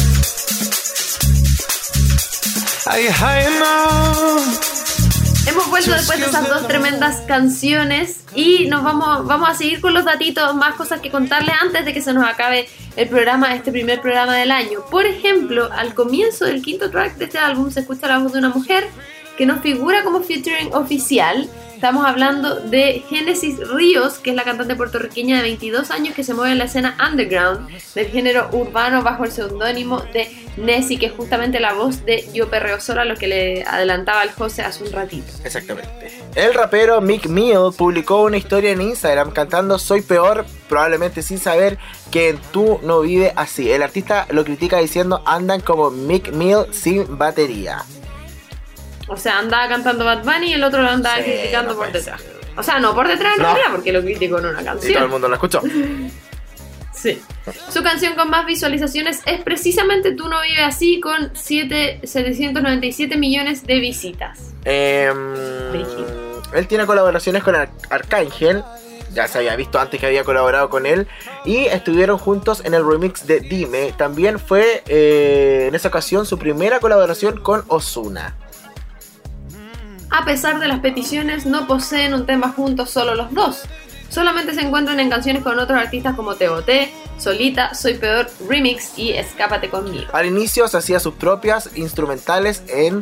Are you high enough? Hemos vuelto después de esas dos tremendas canciones y nos vamos a seguir con los datitos, más cosas que contarles antes de que se nos acabe el programa, este primer programa del año. Por ejemplo, al comienzo del quinto track de este álbum se escucha la voz de una mujer que nos figura como featuring oficial. Estamos hablando de Génesis Ríos, que es la cantante puertorriqueña de 22 años que se mueve en la escena underground del género urbano bajo el seudónimo de Nessie, que es justamente la voz de Yo Perreo Sola, lo que le adelantaba al José hace un ratito. Exactamente. El rapero Meek Mill publicó una historia en Instagram cantando Soy Peor, probablemente sin saber que tú no vives así. El artista lo critica diciendo andan como Meek Mill sin batería. O sea, andaba cantando Bad Bunny y el otro lo andaba criticando por detrás. O sea, no por detrás en realidad, porque lo criticó en una canción. Y todo el mundo lo escuchó. Sí. Su canción con más visualizaciones es precisamente Tú no vives así, con 797 millones de visitas. Él tiene colaboraciones con Arcángel. Ya se había visto antes que había colaborado con él. Y estuvieron juntos en el remix de Dime. También fue en esa ocasión su primera colaboración con Ozuna. A pesar de las peticiones, no poseen un tema juntos solo los dos. Solamente se encuentran en canciones con otros artistas como T.O.T., Solita, Soy Peor Remix y Escápate Conmigo. Al inicio se hacía sus propias instrumentales en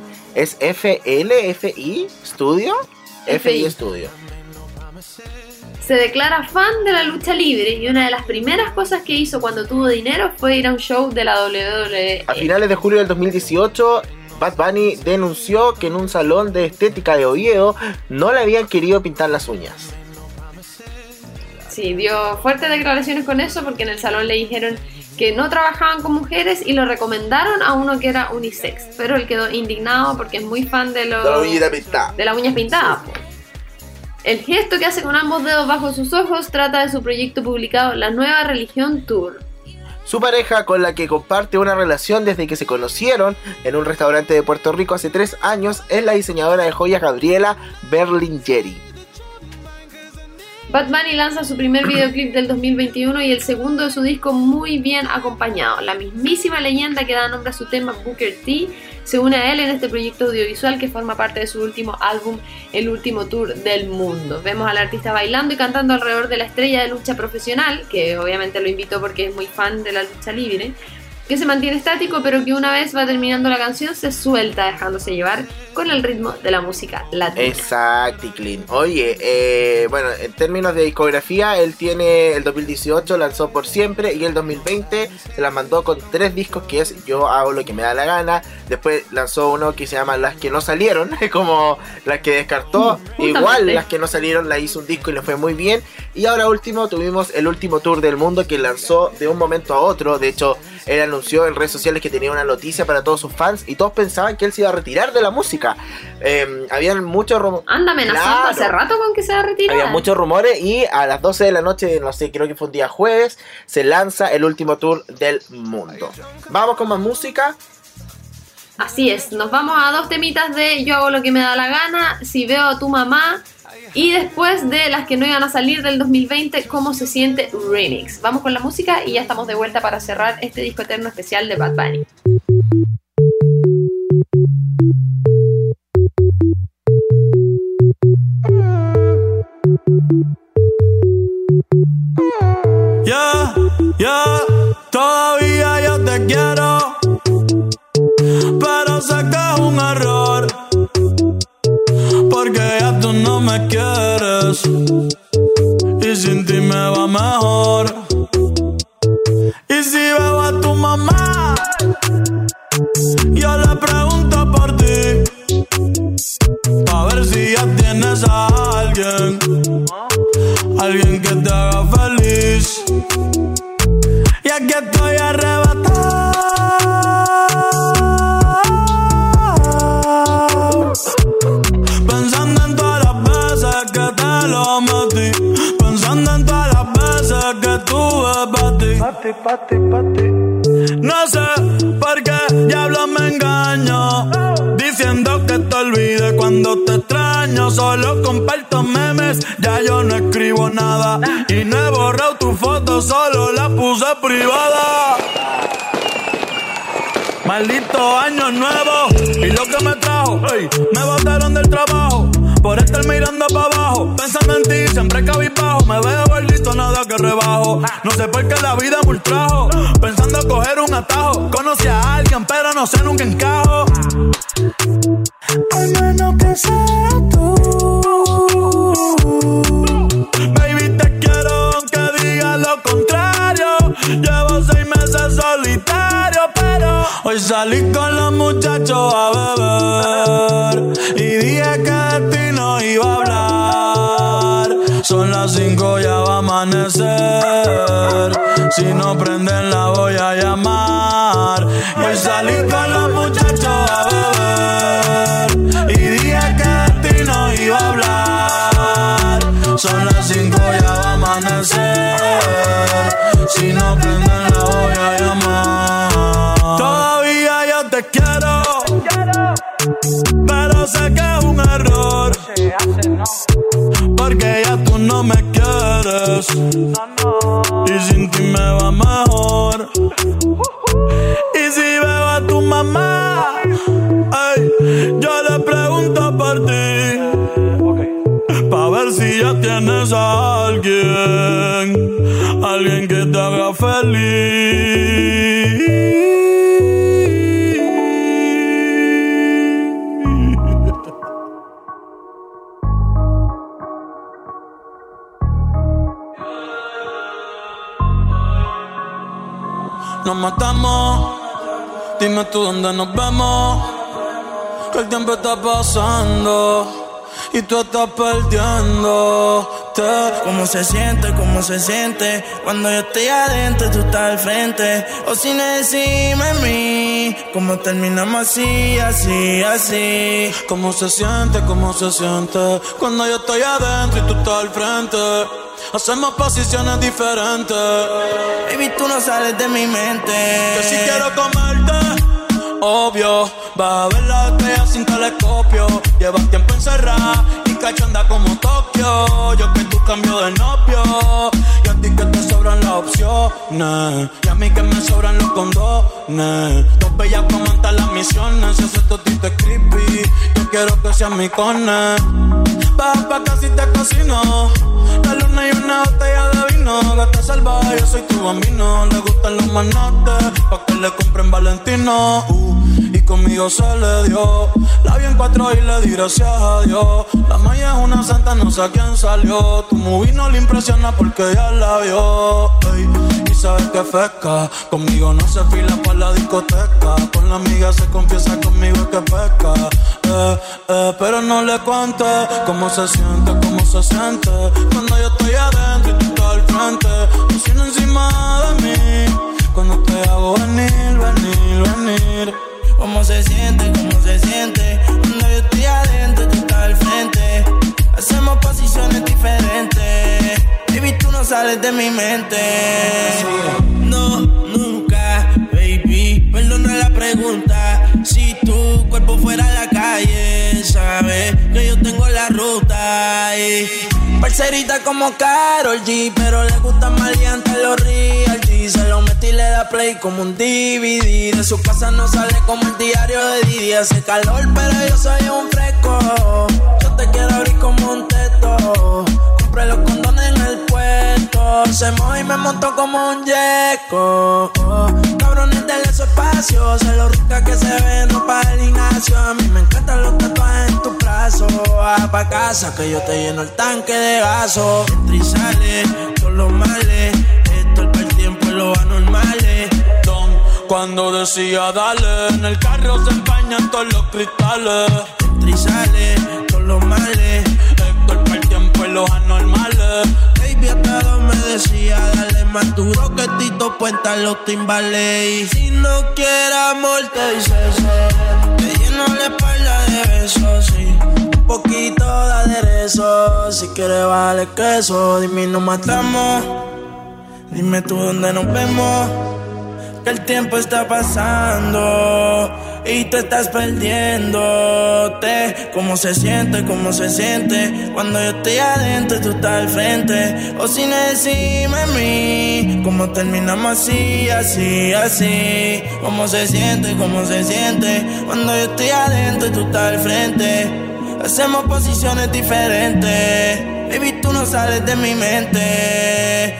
FI Studio. FI Studio. Se declara fan de la lucha libre y una de las primeras cosas que hizo cuando tuvo dinero fue ir a un show de la WWE. A finales de julio del 2018... Bad Bunny denunció que en un salón de estética de Oviedo no le habían querido pintar las uñas. Sí, dio fuertes declaraciones con eso porque en el salón le dijeron que no trabajaban con mujeres y lo recomendaron a uno que era unisex, pero él quedó indignado porque es muy fan de la uña pintada. El gesto que hace con ambos dedos bajo sus ojos trata de su proyecto publicado La Nueva Religión Tour. Su pareja, con la que comparte una relación desde que se conocieron en un restaurante de Puerto Rico hace 3 años, es la diseñadora de joyas Gabriela Berlingeri. Bad Bunny lanza su primer videoclip del 2021 y el segundo de su disco Muy Bien Acompañado. La mismísima leyenda que da nombre a su tema, Booker T, se une a él en este proyecto audiovisual que forma parte de su último álbum, El Último Tour del Mundo. Vemos al artista bailando y cantando alrededor de la estrella de lucha profesional, que obviamente lo invitó porque es muy fan de la lucha libre, que se mantiene estático, pero que una vez va terminando la canción se suelta dejándose llevar con el ritmo de la música latina. Exacto, Clean. Oye, bueno, en términos de discografía, él tiene el 2018 lanzó Por Siempre y el 2020 se las mandó con 3 discos, que es Yo Hago Lo Que Me Da La Gana. Después lanzó uno que se llama Las Que No Salieron, como las que descartó. Igual las que no salieron, la hizo un disco y le fue muy bien. Y ahora último tuvimos El Último Tour del Mundo, que lanzó de un momento a otro. De hecho, él anunció en redes sociales que tenía una noticia para todos sus fans y todos pensaban que él se iba a retirar de la música. Habían muchos rumores. Anda amenazando hace rato con que se va a retirar. Había muchos rumores y a las 12 de la noche, no sé, creo que fue un día jueves, se lanza El Último Tour del Mundo. Vamos con más música. Así es, nos vamos a 2 temitas de Yo Hago Lo Que Me Da La Gana, Si Veo a Tu Mamá, y después de las que no iban a salir del 2020, Cómo Se Siente Remix. Vamos con la música y ya estamos de vuelta para cerrar este disco eterno especial de Bad Bunny. Todavía yo te quiero, pero sé que es un error, porque ya tú no me quieres y sin ti me va mejor. Y si veo a tu mamá, yo le pregunto por ti, a ver si ya tienes a alguien que te haga feliz. Y aquí estoy arrebatado, pensando en todas las veces que te lo metí, pensando en todas las veces que tuve pa' ti. No sé por qué diablos me engaño, diciendo que te olvide cuando te extraño. Solo comparto memes, ya yo no escribo nada, y no he borrado tu foto, solo la puse privada. Maldito año nuevo y lo que me trajo, ey, me botaron del trabajo por estar mirando para abajo, pensando en ti, siempre cabizbajo. Me veo gordito, nada que rebajo. No sé por qué la vida me ultrajo, pensando coger un atajo. Conocí a alguien, pero no sé, nunca encajo. Al menos que sea tú. Baby, te quiero aunque diga lo contrario. Llevo 6 meses solitario, pero hoy salí con los muchachos a beber y dije que de ti no iba a hablar. Son las 5, ya va a amanecer. Si no prenden la voy a llamar. Y hoy salí con los muchachos a beber y dije que de ti no iba a hablar. Son las 5, ya va a amanecer. Si no prenden la voy a llamar. Todavía yo te quiero, pero sé que es un error, porque ya tú no me quieres y sin ti me va mejor. Y si veo a tu mamá, ey, yo le pregunto por ti, pa' ver si ya tienes a alguien que te haga feliz. Nos matamos, dime tú dónde nos vemos, que el tiempo está pasando y tú estás perdiéndote. ¿Cómo se siente cuando yo estoy adentro y tú estás al frente? O si no decime a mí, ¿Cómo terminamos así, así, así? ¿Cómo se siente cuando yo estoy adentro y tú estás al frente? Hacemos posiciones diferentes. Baby, tú no sales de mi mente. Que si quiero comerte, obvio, vas a ver la estrella sin telescopio. Llevas tiempo encerrada y cachonda como Tokio. Yo que tú cambio de novio y a ti que te sobran las opciones y a mí que me sobran los condones. Dos bellas comentan las misiones. Si ese totito es creepy, yo quiero que seas mi cone. Baja pa' casi te cocino. La luna y una botella de vino. Gata salvaje, yo soy tu bambino. Le gustan los manates, pa' que le compren Valentino. Y conmigo se le dio. La vi en 4 y le di gracias a Dios. La maya es una santa, no sé a quién salió. Tu movie no le impresiona porque ya la vio. Ey, y sabes que fresca. Conmigo no se fila pa' la discoteca. Con la amiga se confiesa, conmigo es que pesca. Pero no le cuente cómo se siente cuando yo estoy adentro y tú estás al frente. Cocina encima de mí cuando te hago venir, venir, venir. ¿Cómo se siente cuando yo estoy adentro y tú estás al frente? Hacemos posiciones diferentes. Baby, tú no sales de mi mente. No, nunca, baby, perdona la pregunta. Si tu cuerpo fuera a la calle, sabes que yo tengo la ruta. Parcerita como Karol G, pero le gusta maleante los real G. Se lo mete y le da play como un DVD. De su casa no sale como el diario de Didi. Hace calor, pero yo soy un fresco. Yo te quiero abrir como un teto. Compré los condones en el puesto. Se moja y me montó como un yeco. Cabrones del su espacio. Sé lo rica que se ve, no pa' el gimnasio. A mí me encantan los tatuajes en tu brazo. Baja pa' casa que yo te lleno el tanque de gaso. Entra y sale, todos los males. Esto es para el tiempo y los anormales. Cuando decía dale, en el carro se empañan todos los cristales. Entra y sale, todos los males. Esto es para el tiempo y los anormales. Baby, hasta dos me decía, dale más duro que Tito Puente a los timbales. Y si no quieres amor, te dice sí. Te lleno la espalda de besos, sí. Un poquito de aderezo. Si quieres vale queso, dime y nos matamos. Dime tú dónde nos vemos. Que el tiempo está pasando y tú estás perdiéndote. ¿Cómo se siente cuando yo estoy adentro y tú estás al frente? O sin decirme a mí, ¿cómo terminamos así, así, así? ¿Cómo se siente cuando yo estoy adentro y tú estás al frente? Hacemos posiciones diferentes. Baby, tú no sales de mi mente.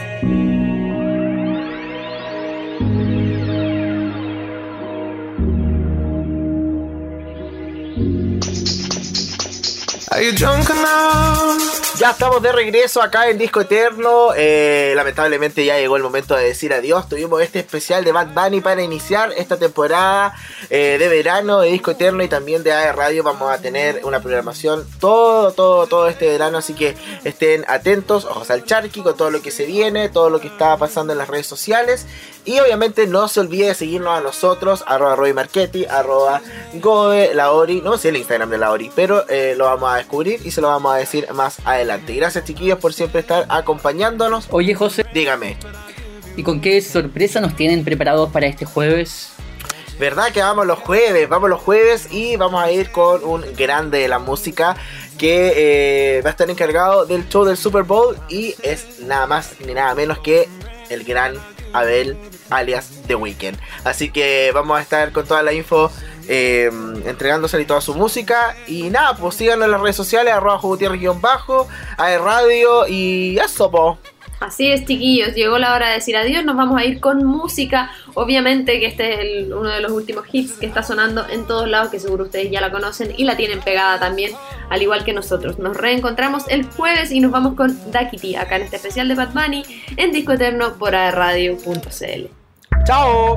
Are you drunk enough? Ya estamos de regreso acá en Disco Eterno. Lamentablemente ya llegó el momento de decir adiós. Tuvimos este especial de Bad Bunny para iniciar esta temporada de verano de Disco Eterno y también de AE Radio. Vamos a tener una programación todo este verano, así que estén atentos, ojos al charqui con todo lo que se viene, todo lo que está pasando en las redes sociales. Y obviamente no se olvide de seguirnos a nosotros, @RoyMarchetti, @Gode, Laori. No sé el Instagram de Laori, pero lo vamos a descubrir y se lo vamos a decir más adelante. Gracias, chiquillos, por siempre estar acompañándonos. Oye, José, Dígame. ¿y con qué sorpresa nos tienen preparados para este jueves? ¿Verdad que vamos los jueves y vamos a ir con un grande de la música que va a estar encargado del show del Super Bowl y es nada más ni nada menos que el gran Abel alias The Weeknd. Así que vamos a estar con toda la info entregándosele toda su música. Y nada, pues síganos en las redes sociales, @Gutierrez_, AE Radio y eso, po. Así es, chiquillos, llegó la hora de decir adiós. Nos vamos a ir con música. Obviamente que este es uno de los últimos hits que está sonando en todos lados, que seguro ustedes ya la conocen y la tienen pegada también, al igual que nosotros. Nos reencontramos el jueves y nos vamos con Dakiti, acá en este especial de Bad Bunny en Disco Eterno por aerradio.cl. ¡Chao!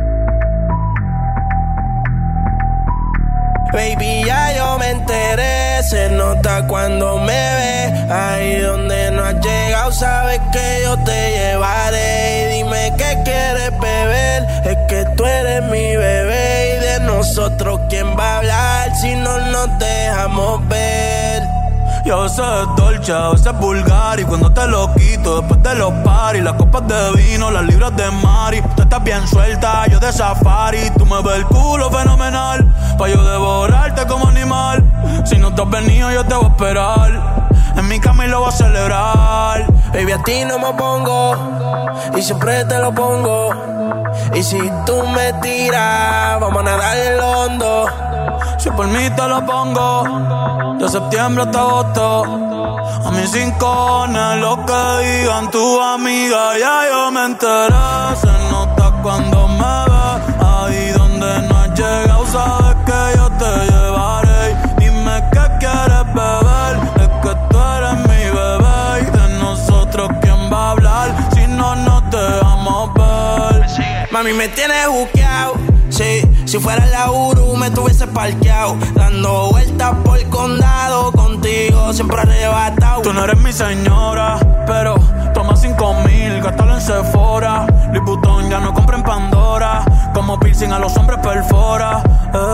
Baby, ya yo me enteré se nota cuando me ves. Ahí donde no has llegado, sabes que yo te llevaré. Y dime qué quieres beber, es que tú eres mi bebé. Y de nosotros, ¿quién va a hablar si no nos dejamos ver? Y a veces es dolce, a veces es vulgar. Y cuando te lo quito, después de los paris, las copas de vino, las libras de mari. Tú estás bien suelta, yo de safari. Tú me ves el culo fenomenal, pa' yo devorarte como animal. Si no te has venido, yo te voy a esperar en mi cama y lo voy a celebrar. Baby, a ti no me pongo y siempre te lo pongo. Y si tú me tiras, vamos a nadar en lo hondo. Si por mí te lo pongo, de septiembre hasta agosto. A mis 5 lo que digan tu amiga, ya yo me enteré. Se nota cuando me ves, ahí donde no has llegado, sabes que yo te llevaré. Dime qué quieres beber, es que tú eres mi bebé. Y de nosotros, ¿quién va a hablar si no nos dejamos ver? Mami, me tienes buqueado, sí. Si fuera la Uru me tuviese parqueado, dando vueltas por el condado, contigo siempre arrebatado. Tú no eres mi señora, pero toma 5,000, gástalo en Sephora. Louis Vuitton ya no compra en Pandora, como piercing a los hombres perfora.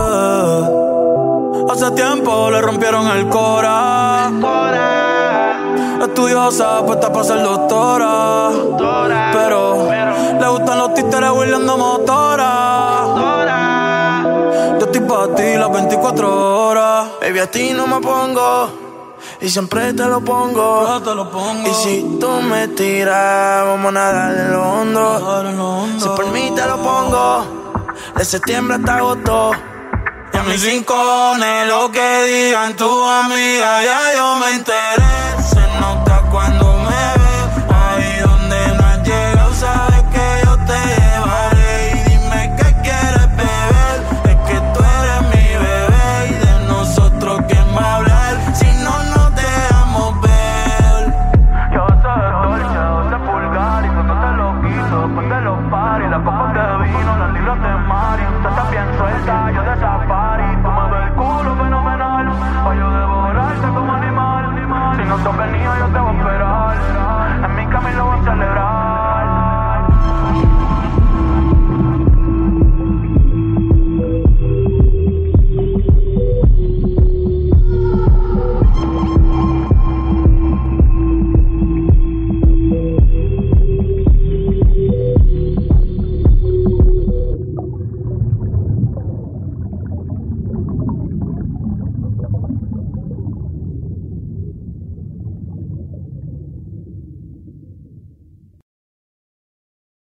Hace tiempo le rompieron el cora. Estudiosa, puesta para ser doctora, pero le gustan los títeres huirleando motora. Yo estoy pa' ti las 24 horas. Baby, a ti no me pongo y siempre te lo pongo. Yo te lo pongo. Y si tú me tiras, vamos a nadar en lo hondo. Si por mí te lo pongo, de septiembre hasta agosto. Y a mis 5 lo que digan tu amiga, ya yo me enteré. Se nota cuando